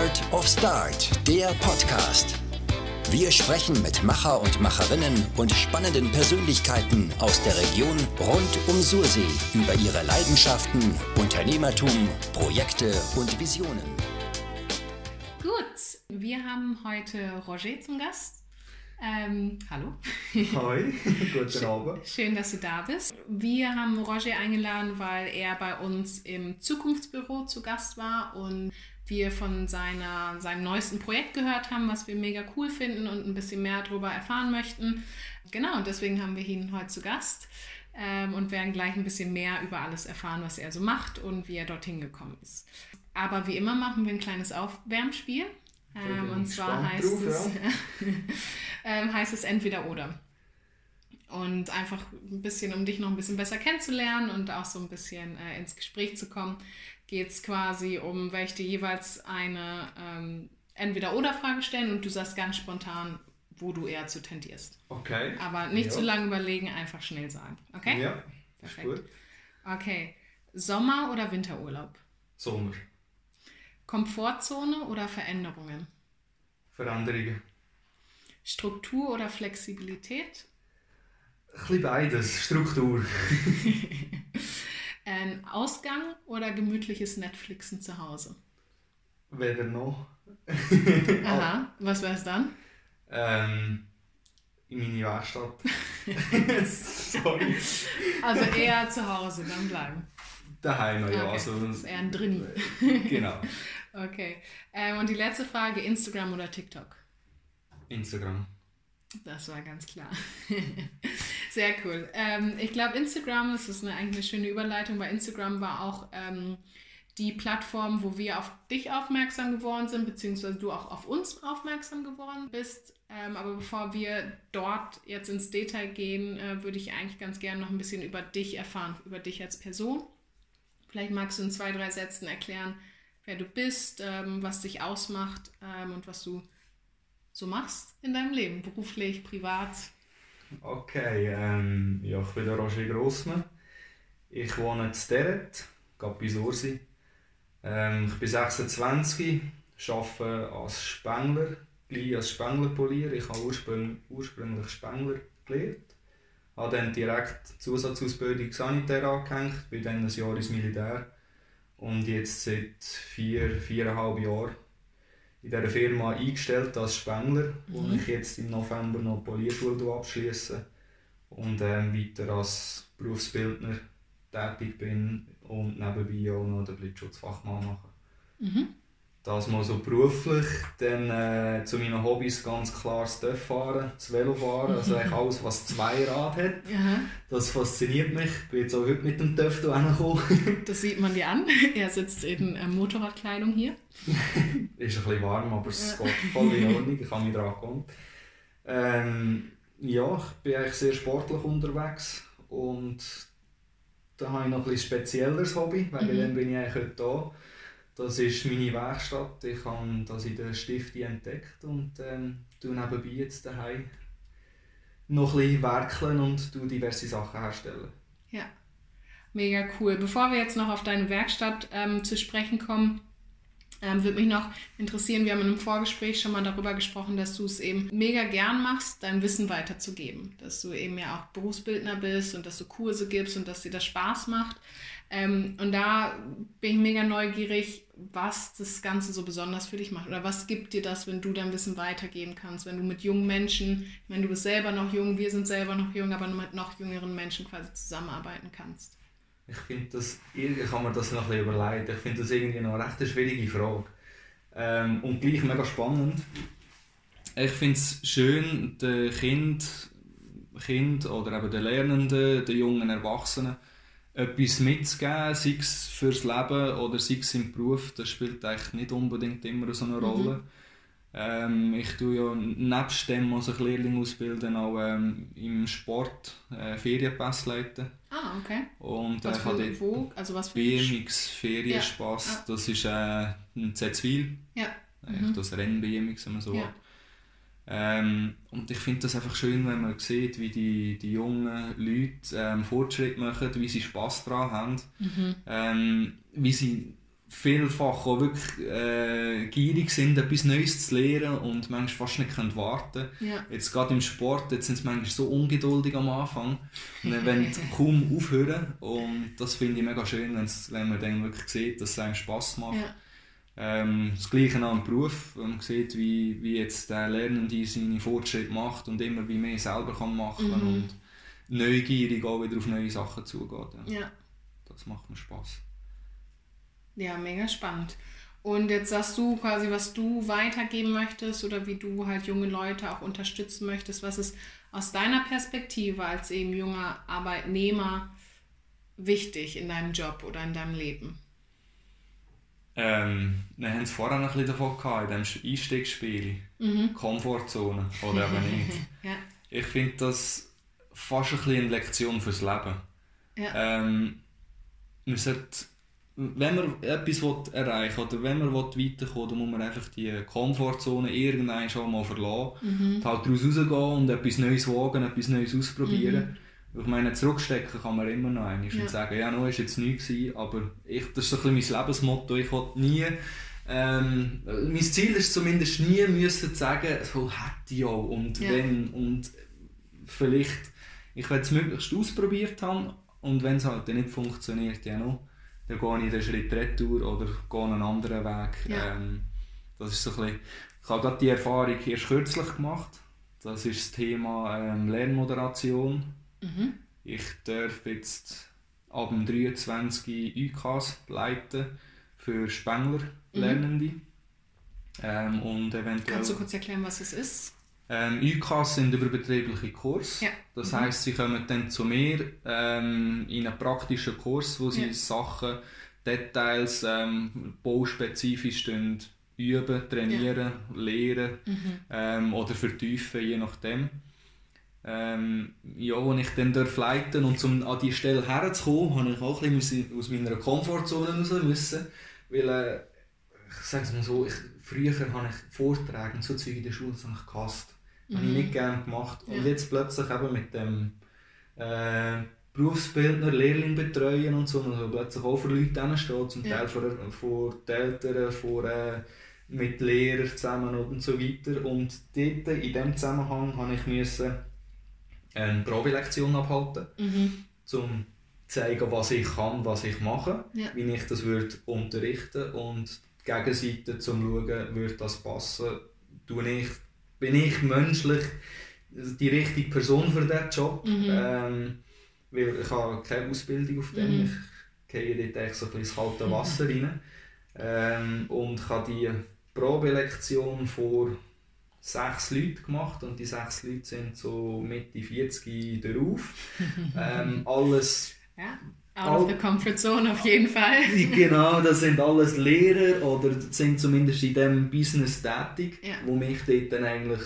Art of Start, der Podcast. Wir sprechen mit Macher und Macherinnen und spannenden Persönlichkeiten aus der Region rund um Sursee über ihre Leidenschaften, Unternehmertum, Projekte und Visionen. Gut, wir haben heute Roger zum Gast. Hallo. Hi, guten Abend. Schön, dass du da bist. Wir haben Roger eingeladen, weil er bei uns im Zukunftsbüro zu Gast war und wir von seinem neuesten Projekt gehört haben, was wir mega cool finden und ein bisschen mehr darüber erfahren möchten. Genau, und deswegen haben wir ihn heute zu Gast und werden gleich ein bisschen mehr über alles erfahren, was er so macht und wie er dorthin gekommen ist. Aber wie immer machen wir ein kleines Aufwärmspiel. Und zwar heißt es entweder oder. Und einfach ein bisschen, um dich noch ein bisschen besser kennenzulernen und auch so ein bisschen ins Gespräch zu kommen, geht es quasi um, weil ich dir jeweils eine Entweder-oder-Frage stellen und du sagst ganz spontan, wo du eher zu tendierst. Okay. Aber nicht zu lange überlegen, einfach schnell sagen. Okay? Ja, perfekt. Ist gut. Okay. Sommer- oder Winterurlaub? Sommer. Komfortzone oder Veränderungen? Veränderungen. Struktur oder Flexibilität? Ein bisschen beides. Struktur. Ausgang oder gemütliches Netflixen zu Hause? Weder noch. Aha, was wäre es dann? In meine Werkstatt. Sorry. Also eher zu Hause, dann bleiben. Daheim noch, ja. Okay. Also, das ist eher ein Drini. Genau. Okay. Und die letzte Frage, Instagram oder TikTok? Instagram. Das war ganz klar. Sehr cool. Ich glaube, Instagram, das ist eigentlich eine schöne Überleitung, weil Instagram war auch die Plattform, wo wir auf dich aufmerksam geworden sind, beziehungsweise du auch auf uns aufmerksam geworden bist. Aber bevor wir dort jetzt ins Detail gehen, würde ich eigentlich ganz gerne noch ein bisschen über dich erfahren, über dich als Person. Vielleicht magst du in 2-3 Sätzen erklären, wer du bist, was dich ausmacht und was du so machst in deinem Leben, beruflich, privat. Okay, ich bin der Roger Grossmann. Ich wohne in Sterret, gerade bei Sursee. Ich bin 26, arbeite als Spengler, gleich als Spenglerpolier. Ich habe ursprünglich Spengler gelernt. Habe dann direkt Zusatzausbildung Sanitär angehängt, bin dann ein Jahr ins Militär und jetzt seit 4,5 Jahren in dieser Firma eingestellt als Spengler, wo ich jetzt im November noch die Polierschule abschließe und weiter als Berufsbildner tätig bin und nebenbei auch noch den Blitzschutzfachmann mache. Mhm. Das mal so beruflich, dann zu meinen Hobbys ganz klar das Töfffahren, das Velofahren, also eigentlich alles, was Zweirad hat. Aha. Das fasziniert mich. Ich bin jetzt auch heute mit dem Töff hierher gekommen. Das sieht man dir an. Er sitzt in Motorradkleidung hier. Ist ein bisschen warm, aber es geht voll in Ordnung. Ich habe mich daran gewohnt. Ja, ich bin eigentlich sehr sportlich unterwegs und da habe ich noch ein bisschen spezielleres Hobby, wegen dem bin ich eigentlich heute da. Das ist meine Werkstatt. Ich habe das in der Stifte entdeckt und tue nebenbei jetzt daheim noch ein bisschen werkeln und diverse Sachen herstellen. Ja, mega cool. Bevor wir jetzt noch auf deine Werkstatt zu sprechen kommen, würde mich noch interessieren, wir haben in einem Vorgespräch schon mal darüber gesprochen, dass du es eben mega gern machst, dein Wissen weiterzugeben. Dass du eben ja auch Berufsbildner bist und dass du Kurse gibst und dass dir das Spaß macht. Und da bin ich mega neugierig, was das Ganze so besonders für dich macht. Oder was gibt dir das, wenn du dein Wissen weitergeben kannst, wenn du mit jungen Menschen, ich meine, du bist selber noch jung, wir sind selber noch jung, aber mit noch jüngeren Menschen quasi zusammenarbeiten kannst. Ich finde das, ich habe mir das noch ein bisschen überlegt, ich finde das irgendwie noch eine recht schwierige Frage. Und gleich mega spannend. Ich finde es schön, den Kind oder eben den Lernenden, den jungen Erwachsenen, etwas mitzugeben, sei es fürs Leben oder sei es im Beruf, das spielt eigentlich nicht unbedingt immer so eine Rolle. Ich tue ja nebst dem, was ich Lehrling ausbilden, auch im Sport Ferienpässe leiten. Ah, okay. Und was für wo? Also was für BMX, Ferienspaß, ja. Das ist ein Zetzwil. Ja. Das Renn-BMX, wenn man so will. Und ich finde das einfach schön, wenn man sieht, wie die jungen Leute Fortschritt machen, wie sie Spass daran haben, wie sie vielfach auch wirklich gierig sind, etwas Neues zu lernen und manchmal fast nicht warten können. Ja. Jetzt gerade im Sport, jetzt sind sie manchmal so ungeduldig am Anfang und dann wollen sie kaum aufhören und das finde ich mega schön, wenn man dann wirklich sieht, dass es einem Spass macht. Ja. Das Gleiche auch im Beruf, wenn man sieht, wie jetzt der Lernende seine Fortschritte macht und immer wie mehr selber kann machen und neugierig auch wieder auf neue Sachen zugeht. Ja. Das macht mir Spass. Ja, mega spannend. Und jetzt sagst du quasi, was du weitergeben möchtest oder wie du halt junge Leute auch unterstützen möchtest. Was ist aus deiner Perspektive als eben junger Arbeitnehmer wichtig in deinem Job oder in deinem Leben? Wir haben es vorher noch ein bisschen davon gehabt, in diesem Einstiegsspiel. Komfortzone oder eben nicht. Ja. Ich finde das fast ein bisschen eine Lektion fürs Leben. Ja. Man sollte, wenn man etwas erreichen will oder wenn man weiterkommen will, dann muss man einfach die Komfortzone irgendwann schon mal verlassen. Und halt daraus rausgehen und etwas Neues wagen, etwas Neues ausprobieren. Ich meine, zurückstecken kann man immer noch einmal und sagen, ja, no, ist jetzt nichts gewesen, aber das ist so ein bisschen mein Lebensmotto. Ich will nie, mein Ziel ist zumindest nie müssen sagen, so hätte ich auch und wenn und vielleicht, ich will es möglichst ausprobiert haben und wenn es halt nicht funktioniert, ja noch, dann gehe ich den Schritt retour oder gehe einen anderen Weg. Ja. Das ist so ein bisschen, ich habe gerade die Erfahrung erst kürzlich gemacht. Das ist das Thema Lernmoderation. Ich darf jetzt ab dem 23 UCAS leiten für Spengler-Lernende. Und eventuell, Kannst du kurz erklären, was es ist? UCAS sind überbetriebliche Kurse. Ja. Das heisst, sie kommen dann zu mir in einen praktischen Kurs, wo sie Sachen, Details, bauspezifisch üben, trainieren, lehren oder vertiefen, je nachdem. Wo ich dann leiten darf. Und um an diese Stelle herzukommen, habe ich auch ein bisschen aus meiner Komfortzone raus müssen. Weil, ich sage es mal so, früher habe ich Vorträge und so Zeug in der Schule gehasst. Das habe ich nicht gerne gemacht. Ja. Und jetzt plötzlich eben mit dem Berufsbildner, Lehrling betreuen und so, und plötzlich auch für Leute hinstehen, zum Teil vor den Eltern, mit Lehrern zusammen und so weiter. Und dort, in diesem Zusammenhang, musste ich eine Probelektion abhalten, um zu zeigen, was ich kann, was ich mache, wie ich das würde unterrichten und die Gegenseite, um zu schauen, würde das passen, bin ich menschlich die richtige Person für diesen Job, weil ich habe keine Ausbildung auf dem, ich gehe dort echt so ein bisschen ins kalte Wasser rein und ich habe die Probelektion vor 6 Leuten gemacht und die 6 Leute sind so Mitte 40 darauf. Alles... Ja, out of the comfort zone auf jeden Fall. Genau, das sind alles Lehrer oder sind zumindest in diesem Business tätig, wo mich dort dann eigentlich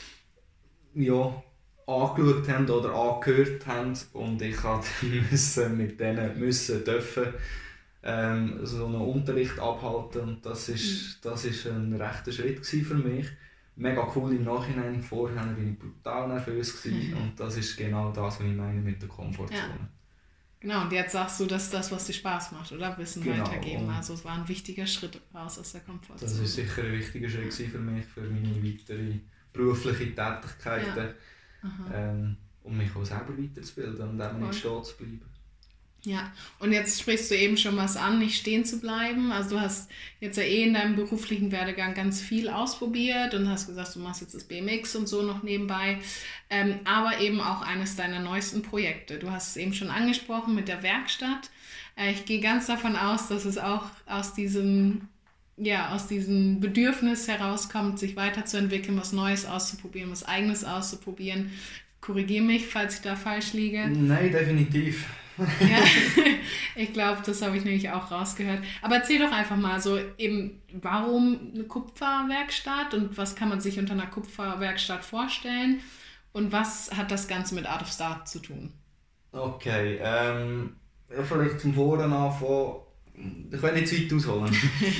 angeschaut haben oder angehört haben und ich musste mit denen dürfen so einen Unterricht abhalten und das ist ein rechter Schritt für mich. Mega cool im Nachhinein, vorher war ich brutal nervös und das ist genau das, was ich meine mit der Komfortzone. Ja. Genau, und jetzt sagst du, dass das, was dir Spaß macht, oder? Wissen weitergeben. Also es war ein wichtiger Schritt raus aus der Komfortzone. Das war sicher ein wichtiger Schritt für mich, für meine weitere berufliche Tätigkeiten. Um mich auch selber weiterzubilden und eben nicht stehen zu bleiben. Ja, und jetzt sprichst du eben schon was an, nicht stehen zu bleiben. Also du hast jetzt ja in deinem beruflichen Werdegang ganz viel ausprobiert und hast gesagt, du machst jetzt das BMX und so noch nebenbei, aber eben auch eines deiner neuesten Projekte. Du hast es eben schon angesprochen mit der Werkstatt. Ich gehe ganz davon aus, dass es auch aus diesem Bedürfnis herauskommt, sich weiterzuentwickeln, was Neues auszuprobieren, was Eigenes auszuprobieren. Korrigiere mich, falls ich da falsch liege. Nein, definitiv. Ja, ich glaube, das habe ich nämlich auch rausgehört. Aber erzähl doch einfach mal so eben, warum eine Kupferwerkstatt und was kann man sich unter einer Kupferwerkstatt vorstellen und was hat das Ganze mit Art of Start zu tun? Okay, vielleicht zum Vorne anfangen. Ich will nicht zu weit ausholen.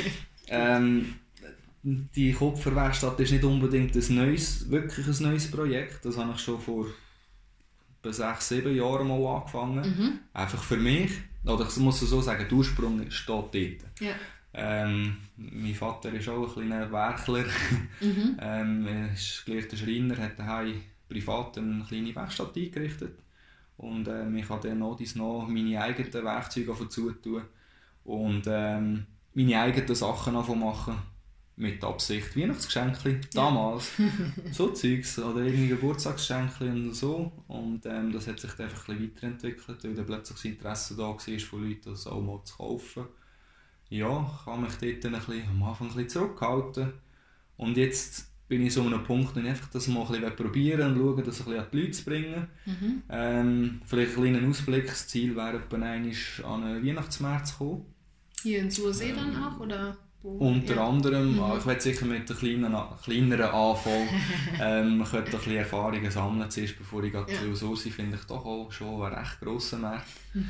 Die Kupferwerkstatt ist nicht unbedingt wirklich ein neues Projekt. Das habe ich schon vor 6-7 Jahren mal angefangen. Einfach für mich. Oder ich muss so sagen, der Ursprung steht dort. Ja. Mein Vater ist auch ein kleiner Werkler. Er ist gelehrter Schreiner, hat daheim privat eine kleine Werkstatt eingerichtet. Und ich habe dann noch meine eigenen Werkzeuge zutun und meine eigenen Sachen machen. Mit Absicht. Weihnachtsgeschenke, damals. So Zeugs oder irgendwie Geburtstagsgeschenke und so. Und das hat sich dann einfach ein bisschen weiterentwickelt, weil dann plötzlich das Interesse da war von Leuten, das auch mal zu kaufen. Ja, ich habe mich dort am Anfang ein bisschen zurückgehalten. Und jetzt bin ich so an einem Punkt, wo ich einfach das mal ein bisschen probieren und schauen, das ein bisschen an die Leute zu bringen. Vielleicht einen kleinen Ausblick. Das Ziel wäre, an einen Weihnachtsmarkt zu kommen. Hier in Sursee dann auch, oder? Unter anderem, ich werde sicher mit einem kleineren Anfang ich werde ein bisschen Erfahrungen sammeln, zuerst, bevor ich zu Sursee, finde ich doch auch schon einen recht grossen Markt.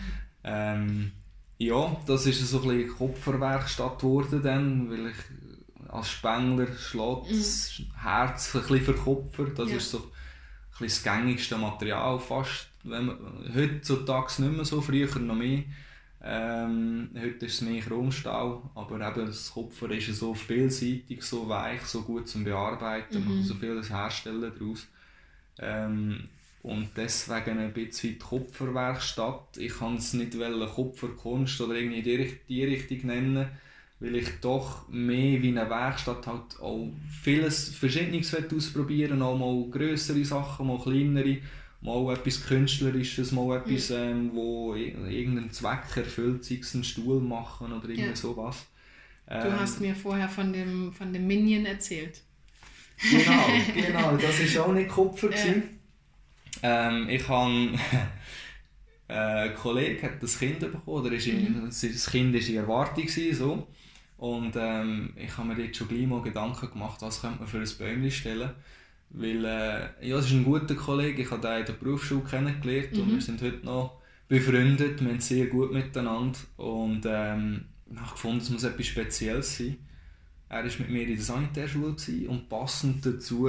Ja, das ist so ein bisschen Kupferwerkstatt geworden dann, weil ich als Spengler schlägt das Herz ein bisschen für Kupfer. Das ist so ein bisschen das gängigste Material fast. Heutzutage nicht mehr so, früher noch mehr. Heute ist es mehr Chromstahl, aber eben das Kupfer ist so vielseitig, so weich, so gut zum Bearbeiten, man kann so vieles herstellen daraus. Und deswegen ein bisschen die Kupferwerkstatt. Ich kann es nicht Kupferkunst oder irgendwie die Richtung nennen, weil ich doch mehr wie eine Werkstatt halt auch vieles Verschiedenes ausprobieren, auch mal grössere Sachen, mal kleinere. Mal etwas Künstlerisches, mal etwas, wo irgendeinen Zweck erfüllt, sei es einen Stuhl machen oder irgend sowas. Du hast mir vorher von dem Minion erzählt. Genau, das war auch nicht Kupfer. Ich habe ein Kollege hat das Kind bekommen, oder das Kind war in Erwartung. So. Und ich habe mir dort schon gleich mal Gedanken gemacht, was könnte man für ein Bäumchen stellen. Weil, es ist ein guter Kollege, ich habe ihn in der Berufsschule kennengelernt und wir sind heute noch befreundet, wir haben sehr gut miteinander und ich habe gefunden, es muss etwas Spezielles sein. Er war mit mir in der Sanitärschule und passend dazu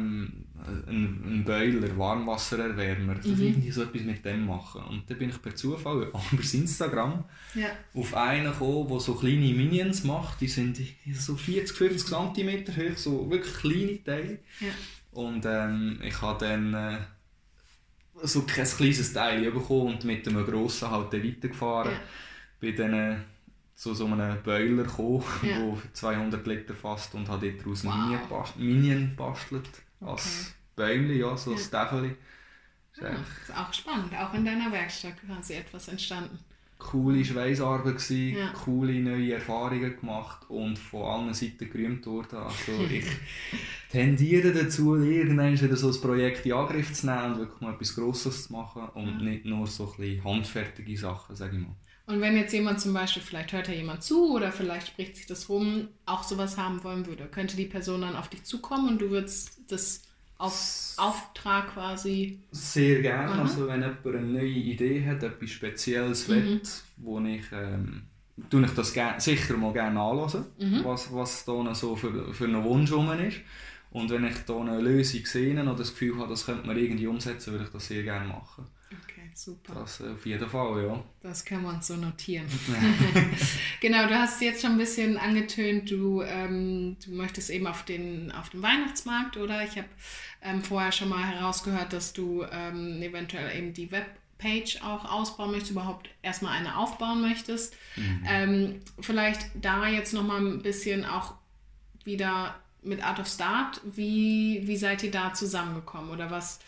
ein Boiler, Warmwassererwärmer, irgendwie so etwas mit dem machen. Und dann bin ich per Zufall über Instagram auf einen gekommen, der so kleine Minions macht, die sind so 40-50 cm hoch, so wirklich kleine Teile. Ja. Und ich habe dann so ein kleines Teil bekommen und mit einem grossen halt weitergefahren. Bin dann zu so einem Boiler gekommen, der 200 Liter fasst und habe daraus Minion gebastelt. Als Bäumchen, so ein Täfeli. Das ist auch spannend, auch in deiner Werkstatt quasi etwas entstanden. Coole Schweissarbeit gewesen, coole neue Erfahrungen gemacht und von allen Seiten gerühmt worden. Also ich tendiere dazu, irgendwann wieder so ein Projekt in Angriff zu nehmen und wirklich mal etwas Grosses zu machen und nicht nur so ein bisschen handfertige Sachen, sage ich mal. Und wenn jetzt jemand zum Beispiel, vielleicht hört ja jemand zu oder vielleicht spricht sich das rum, auch sowas haben wollen würde, könnte die Person dann auf dich zukommen und du würdest das auf Auftrag quasi? Sehr gerne. Also wenn jemand eine neue Idee hat, etwas Spezielles will, wo ich das sicher mal gerne anhören, was da so für einen Wunsch rum ist. Und wenn ich da eine Lösung sehe oder das Gefühl habe, das könnte man irgendwie umsetzen, würde ich das sehr gerne machen. Okay, super. Das auf jeden Fall, ja. Das können wir uns so notieren. Genau, du hast es jetzt schon ein bisschen angetönt, du möchtest eben auf den Weihnachtsmarkt, oder? Ich habe vorher schon mal herausgehört, dass du eventuell eben die Webpage auch ausbauen möchtest, überhaupt erstmal eine aufbauen möchtest. Vielleicht da jetzt nochmal ein bisschen auch wieder mit Art of Start, wie seid ihr da zusammengekommen oder was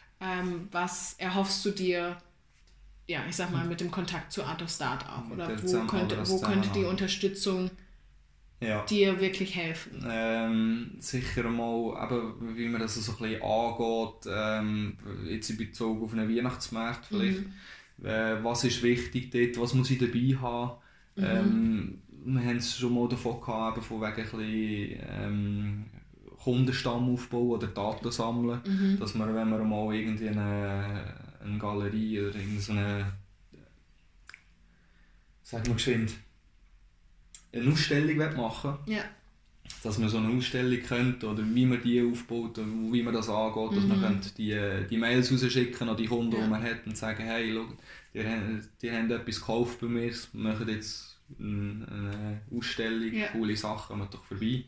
erhoffst du dir, ja, ich sag mal, mit dem Kontakt zu Art of Start auch, oder wo könnte die Unterstützung dir wirklich helfen? Sicher mal, eben, wie man das so ein bisschen angeht, jetzt in Bezug auf einen Weihnachtsmarkt vielleicht, was ist wichtig dort, was muss ich dabei haben, wir haben es schon mal davon gehabt, von wegen ein bisschen Kundenstamm aufbauen oder Daten sammeln, dass man, wenn man mal irgendwie eine Galerie oder irgendeine, sagen wir geschwind, eine Ausstellung machen will, dass man so eine Ausstellung könnte oder wie man die aufbaut oder wie man das angeht, dass man die Mails rausschicken an die Kunden, die man hat und sagen, hey, schau, die haben etwas gekauft bei mir, wir machen jetzt eine Ausstellung, Ja. coole Sachen, kommen doch vorbei.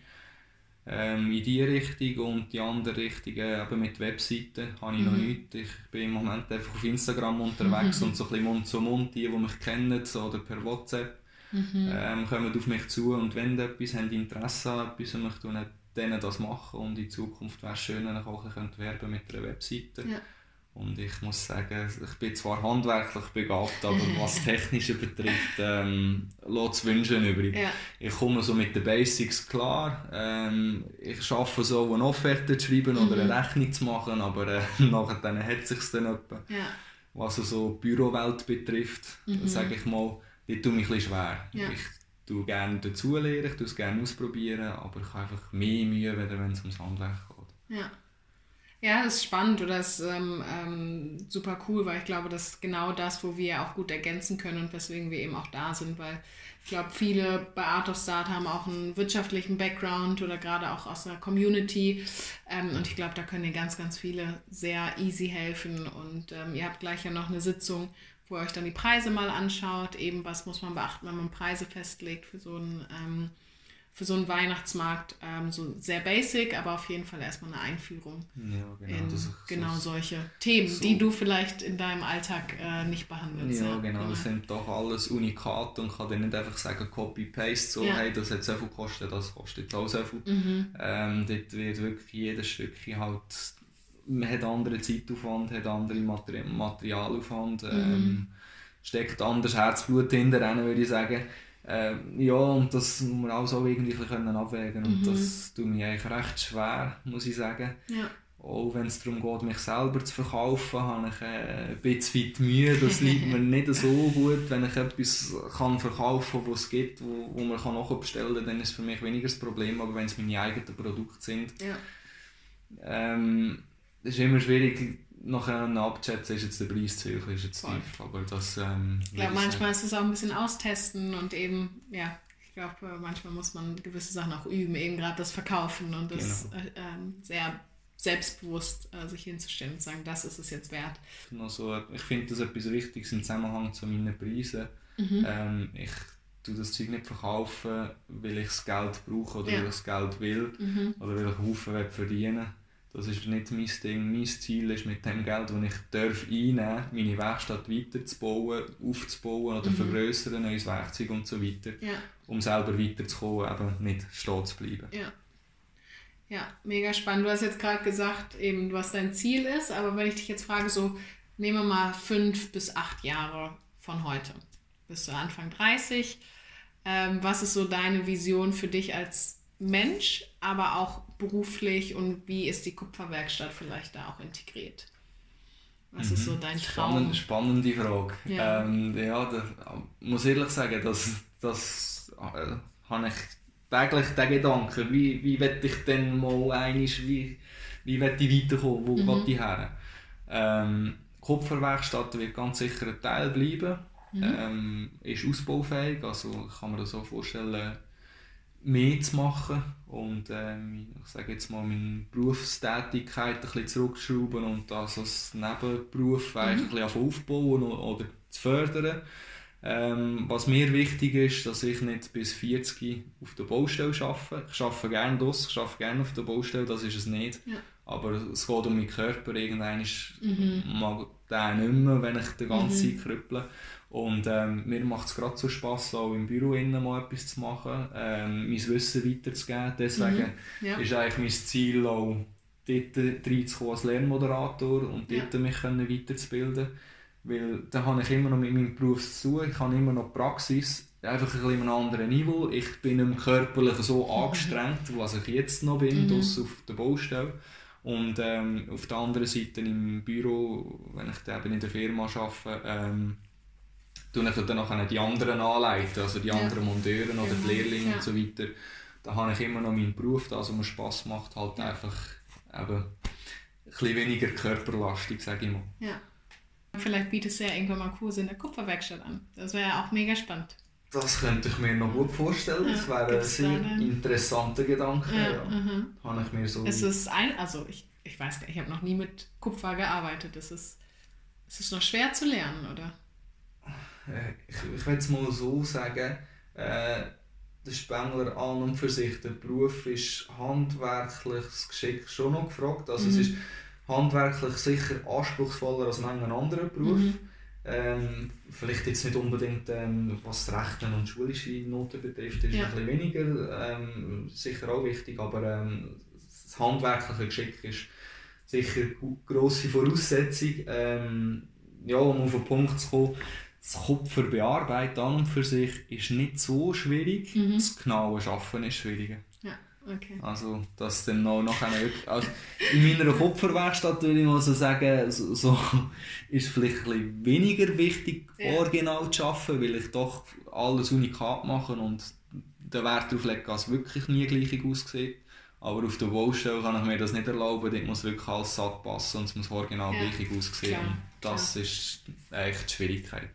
In die Richtung und die andere Richtung, eben mit Webseiten, habe ich noch nichts. Ich bin im Moment einfach auf Instagram unterwegs und so ein bisschen Mund zu Mund, die mich kennen, so, oder per WhatsApp, kommen auf mich zu und wenn etwas haben, Interesse an etwas, und ich tue denen das machen, und in Zukunft wäre es schön, wenn ich auch ein bisschen werben mit einer Webseite. Ja. Und ich muss sagen, ich bin zwar handwerklich begabt, aber was Technische betrifft, lässt es wünschen übrig. Ja. Ich komme so mit den Basics klar. Ich arbeite so, eine Offerte zu schreiben oder eine Rechnung zu machen, aber nachher hat es sich dann etwa. Ja. Was so die Bürowelt betrifft, sage ich mal, die tue mich ein bisschen schwer. Ja. Ich tue gerne dazulernen, ich tue es gerne ausprobieren, aber ich habe einfach mehr Mühe, wenn es ums Handwerk geht. Ja. Ja, das ist spannend oder das ist super cool, weil ich glaube, das ist genau das, wo wir auch gut ergänzen können und weswegen wir eben auch da sind, weil ich glaube, viele bei Art of Start haben auch einen wirtschaftlichen Background oder gerade auch aus einer Community und ich glaube, da können dir ganz, ganz viele sehr easy helfen und ihr habt gleich ja noch eine Sitzung, wo ihr euch dann die Preise mal anschaut, eben was muss man beachten, wenn man Preise festlegt für so einen Weihnachtsmarkt, so sehr basic, aber auf jeden Fall erstmal eine Einführung in genau solche Themen, die du vielleicht in deinem Alltag nicht behandelst. Ja, genau, das sind doch alles Unikate und kann dir nicht einfach sagen, Copy-Paste, so, hey, das hat so viel gekostet, das kostet auch so viel. Dort wird wirklich jedes Stückchen halt, man hat anderen Zeitaufwand, hat andere Materialaufwand, steckt anders Herzblut hinter, würde ich sagen. Ja, und das muss man auch so irgendwie abwägen und das tut mir eigentlich recht schwer, muss ich sagen. Ja. Auch wenn es darum geht, mich selber zu verkaufen, habe ich ein bisschen Mühe. Das liegt mir nicht so gut, wenn ich etwas verkaufen kann, was es gibt, wo man nachbestellen kann, dann ist es für mich weniger das Problem, aber wenn es meine eigenen Produkte sind, das ist immer schwierig, nachher abzuschätzen, ist jetzt der Preis zu hoch, ist jetzt tief, aber das... ich glaube, manchmal ist es auch ein bisschen austesten und eben, ja, ich glaube, manchmal muss man gewisse Sachen auch üben, eben gerade das Verkaufen und das sehr selbstbewusst sich hinzustellen und sagen, das ist es jetzt wert. Genau so, ich finde das etwas Wichtiges im Zusammenhang zu meinen Preisen. Ich tue das Zeug nicht verkaufen, weil ich das Geld brauche oder weil ich das Geld will oder weil ich einen Haufen verdienen will. Das ist nicht mein Ding. Mein Ziel ist, mit dem Geld, das ich einnehmen darf, meine Werkstatt weiterzubauen, aufzubauen oder vergrößern, neues Werkzeug und so weiter, um selber weiterzukommen, eben nicht stehen zu bleiben. Ja, mega spannend. Du hast jetzt gerade gesagt, eben, was dein Ziel ist, aber wenn ich dich jetzt frage, so nehmen wir mal 5 bis 8 Jahre von heute, bist du Anfang 30, was ist so deine Vision für dich als Mensch, aber auch beruflich und wie ist die Kupferwerkstatt vielleicht da auch integriert? Was ist so dein Traum? Spannende Frage. Ja. Da muss ich ehrlich sagen, das habe ich täglich den Gedanken, wie will ich denn mal einmal, wie will ich weiterkommen, wo will ich her? Kupferwerkstatt wird ganz sicher ein Teil bleiben, ist ausbaufähig, also ich kann mir das so vorstellen, mehr zu machen und ich sage jetzt mal meine Berufstätigkeit ein bisschen zurückschrauben und das als Nebenberuf ein bisschen aufbauen oder zu fördern. Was mir wichtig ist, dass ich nicht bis 40 auf der Baustelle arbeite. Ich arbeite gerne draussen, ich arbeite gerne auf der Baustelle, das ist es nicht. Ja. Aber es geht um meinen Körper, irgendwann mag der nicht mehr, wenn ich die ganze Zeit krüpple. Und mir macht es gerade so Spass, auch im Büro mal etwas zu machen, mein Wissen weiterzugeben. Deswegen ist eigentlich mein Ziel, auch dort reinzukommen als Lernmoderator und dort mich weiterzubilden. Weil da habe ich immer noch mit meinem Beruf zu tun, ich habe immer noch Praxis, einfach ein bisschen auf einem anderen Niveau. Ich bin nicht mehr körperlich so angestrengt, was ich jetzt noch bin, auf der Baustelle. Und auf der anderen Seite im Büro, wenn ich eben in der Firma arbeite, tue ich dann auch die anderen anleiten, also die anderen Monteure oder die Lehrlinge und so weiter. Da habe ich immer noch meinen Beruf, was mir Spass macht, halt einfach eben ein bisschen weniger körperlastig, sage ich mal. Ja. Vielleicht bietest du ja irgendwann mal Kurse in der Kupferwerkstatt an. Das wäre ja auch mega spannend. Das könnte ich mir noch gut vorstellen. Das wäre ein sehr interessanter Gedanke. Habe ich mir so... Es ist ich weiß nicht, ich habe noch nie mit Kupfer gearbeitet. Es ist noch schwer zu lernen, oder? Ich will es mal so sagen, der Spengler an und für sich, der Beruf ist handwerkliches Geschick schon noch gefragt. Also es ist handwerklich sicher anspruchsvoller als manchen anderen Beruf. Vielleicht jetzt nicht unbedingt, was das Rechnen und schulische Noten betrifft, ist ein bisschen weniger, sicher auch wichtig, aber das handwerkliche Geschick ist sicher eine grosse Voraussetzung. Um auf den Punkt zu kommen, das Kupfer bearbeiten an und für sich ist nicht so schwierig, das genaue Arbeiten ist schwieriger. Ja, okay. Also, dass dann noch nachher also in meiner Kupferwerkstatt würde ich mal so sagen, so ist vielleicht ein bisschen weniger wichtig, original zu arbeiten, weil ich doch alles unikat mache und den Wert darauf lege, dass es wirklich nie gleich aussieht. Aber auf der Baustelle kann ich mir das nicht erlauben, dort muss wirklich alles satt passen und es muss original gleich aussehen. Klar, das ist eigentlich die Schwierigkeit.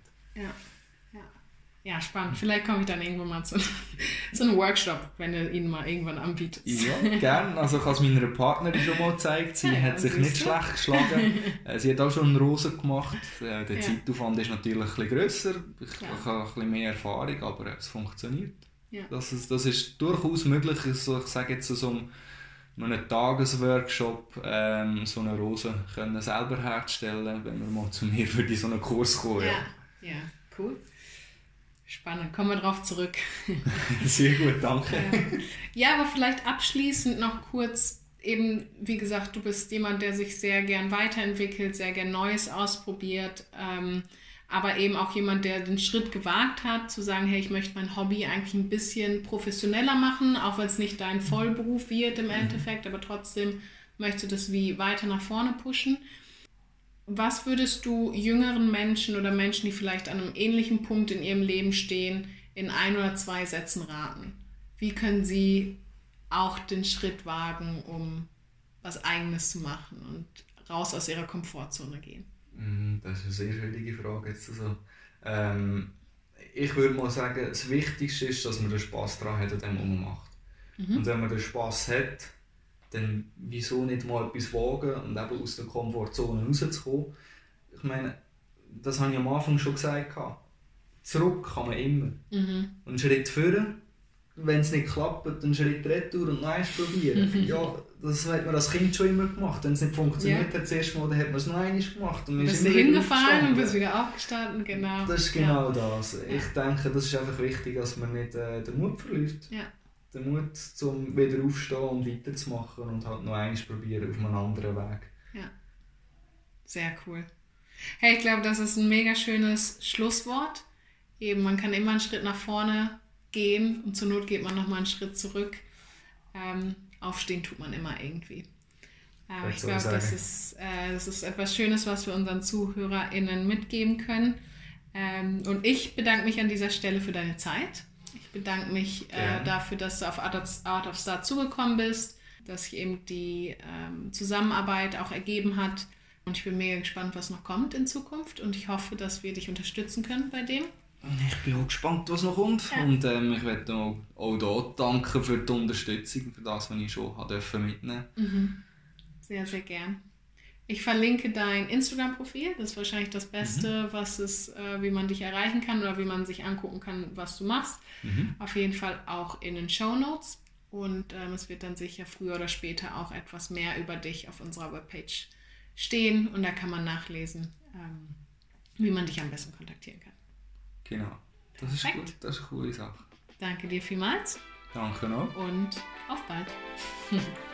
Ja, spannend. Vielleicht komme ich dann irgendwann mal zu einem Workshop, wenn ihr ihn mal irgendwann anbietet. Ja, gerne. Also ich habe es meiner Partnerin schon mal gezeigt. Sie hat sich nicht schlecht geschlagen. Sie hat auch schon einen Rosen gemacht. Der Zeitaufwand ist natürlich ein bisschen grösser. Ich habe ein bisschen mehr Erfahrung, aber es funktioniert. Ja. Das ist durchaus möglich. Also ich sage jetzt so einem Tagesworkshop so eine Rose können selber herzustellen, wenn wir mal zu mir für so einen Kurs kommen. Ja, cool. Spannend, kommen wir drauf zurück. Sehr gut, danke. Ja, aber vielleicht abschließend noch kurz, eben wie gesagt, du bist jemand, der sich sehr gern weiterentwickelt, sehr gern Neues ausprobiert, aber eben auch jemand, der den Schritt gewagt hat, zu sagen, hey, ich möchte mein Hobby eigentlich ein bisschen professioneller machen, auch wenn es nicht dein Vollberuf wird im Endeffekt, aber trotzdem möchtest du das wie weiter nach vorne pushen. Was würdest du jüngeren Menschen oder Menschen, die vielleicht an einem ähnlichen Punkt in ihrem Leben stehen, in 1 oder 2 Sätzen raten? Wie können sie auch den Schritt wagen, um was Eigenes zu machen und raus aus ihrer Komfortzone gehen? Das ist eine sehr schwierige Frage. Jetzt also, ich würde mal sagen, das Wichtigste ist, dass man den Spass daran hat, an dem, was man macht. Und wenn man den Spass hat, dann wieso nicht mal etwas wagen und eben aus der Komfortzone rauszukommen. Ich meine, das habe ich am Anfang schon gesagt. Zurück kann man immer. Einen Schritt vorne, wenn es nicht klappt, einen Schritt retour und noch eins probieren. Ja, das hat man als Kind schon immer gemacht. Wenn es nicht funktioniert hat, das erste Mal, dann hat man es noch einmal gemacht. Und du bist hingefallen und bist wieder aufgestanden, genau. Das ist genau das. Ich denke, das ist einfach wichtig, dass man nicht den Mut verliert. Den Mut, um wieder aufzustehen und weiterzumachen und halt noch einmal probieren auf einem anderen Weg. Ja, sehr cool. Hey, ich glaube, das ist ein mega schönes Schlusswort. Eben, man kann immer einen Schritt nach vorne gehen und zur Not geht man nochmal einen Schritt zurück. Aufstehen tut man immer irgendwie. Ich glaube, das ist etwas Schönes, was wir unseren ZuhörerInnen mitgeben können. Und ich bedanke mich an dieser Stelle für deine Zeit. Ich bedanke mich dafür, dass du auf Art of Start zugekommen bist, dass sich eben die Zusammenarbeit auch ergeben hat. Und ich bin mega gespannt, was noch kommt in Zukunft. Und ich hoffe, dass wir dich unterstützen können bei dem. Ich bin auch gespannt, was noch kommt. Ja. Und ich möchte auch hier danken für die Unterstützung, für das, was ich schon mitnehmen durfte. Sehr, sehr gern. Ich verlinke dein Instagram-Profil. Das ist wahrscheinlich das Beste, was es, wie man dich erreichen kann oder wie man sich angucken kann, was du machst. Auf jeden Fall auch in den Shownotes. Und es wird dann sicher früher oder später auch etwas mehr über dich auf unserer Webpage stehen. Und da kann man nachlesen, wie man dich am besten kontaktieren kann. Genau. Das ist gut. Das ist eine coole Sache. Danke dir vielmals. Danke noch. Und auf bald.